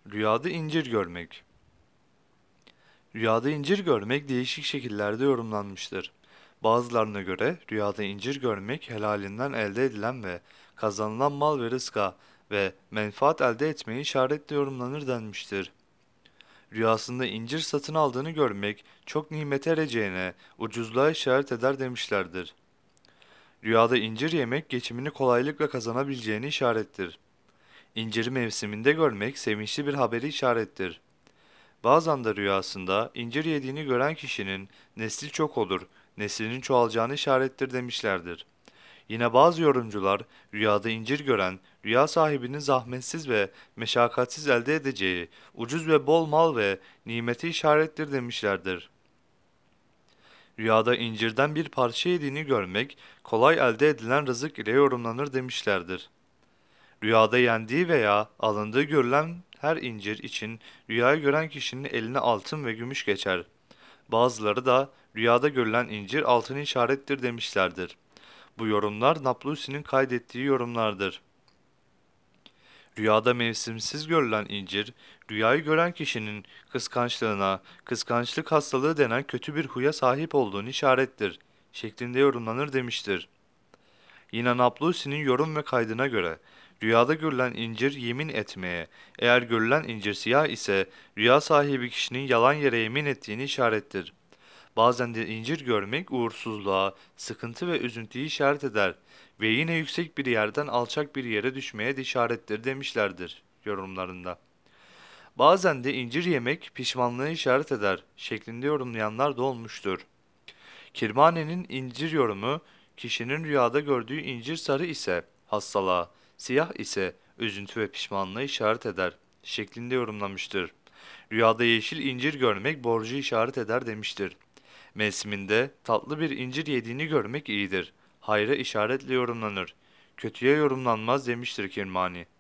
Rüyada incir görmek. Rüyada incir görmek değişik şekillerde yorumlanmıştır. Bazılarına göre rüyada incir görmek helalinden elde edilen ve kazanılan mal ve rızka ve menfaat elde etmeyi işaretle yorumlanır denmiştir. Rüyasında incir satın aldığını görmek çok nimete ereceğine, ucuzluğa işaret eder demişlerdir. Rüyada incir yemek geçimini kolaylıkla kazanabileceğini işarettir. İnciri mevsiminde görmek sevinçli bir haberi işarettir. Bazen de rüyasında incir yediğini gören kişinin nesli çok olur, neslinin çoğalacağını işarettir demişlerdir. Yine bazı yorumcular rüyada incir gören, rüya sahibinin zahmetsiz ve meşakkatsiz elde edeceği, ucuz ve bol mal ve nimeti işarettir demişlerdir. Rüyada incirden bir parça yediğini görmek, kolay elde edilen rızık ile yorumlanır demişlerdir. Rüyada yendiği veya alındığı görülen her incir için rüyayı gören kişinin eline altın ve gümüş geçer. Bazıları da rüyada görülen incir altın işarettir demişlerdir. Bu yorumlar Naplusi'nin kaydettiği yorumlardır. Rüyada mevsimsiz görülen incir, rüyayı gören kişinin kıskançlığına, kıskançlık hastalığı denen kötü bir huya sahip olduğunu işarettir, şeklinde yorumlanır demiştir. Yine Naplusi'nin yorum ve kaydına göre, rüyada görülen incir yemin etmeye, eğer görülen incir siyah ise rüya sahibi kişinin yalan yere yemin ettiğini işarettir. Bazen de incir görmek uğursuzluğa, sıkıntı ve üzüntüyü işaret eder ve yine yüksek bir yerden alçak bir yere düşmeye de işarettir demişlerdir yorumlarında. Bazen de incir yemek pişmanlığı işaret eder şeklinde yorumlayanlar da olmuştur. Kirmane'nin incir yorumu, kişinin rüyada gördüğü incir sarı ise hastalığa, siyah ise üzüntü ve pişmanlığı işaret eder şeklinde yorumlamıştır. Rüyada yeşil incir görmek borcu işaret eder demiştir. Mevsiminde tatlı bir incir yediğini görmek iyidir. Hayra işaretle yorumlanır. Kötüye yorumlanmaz demiştir Kirmani.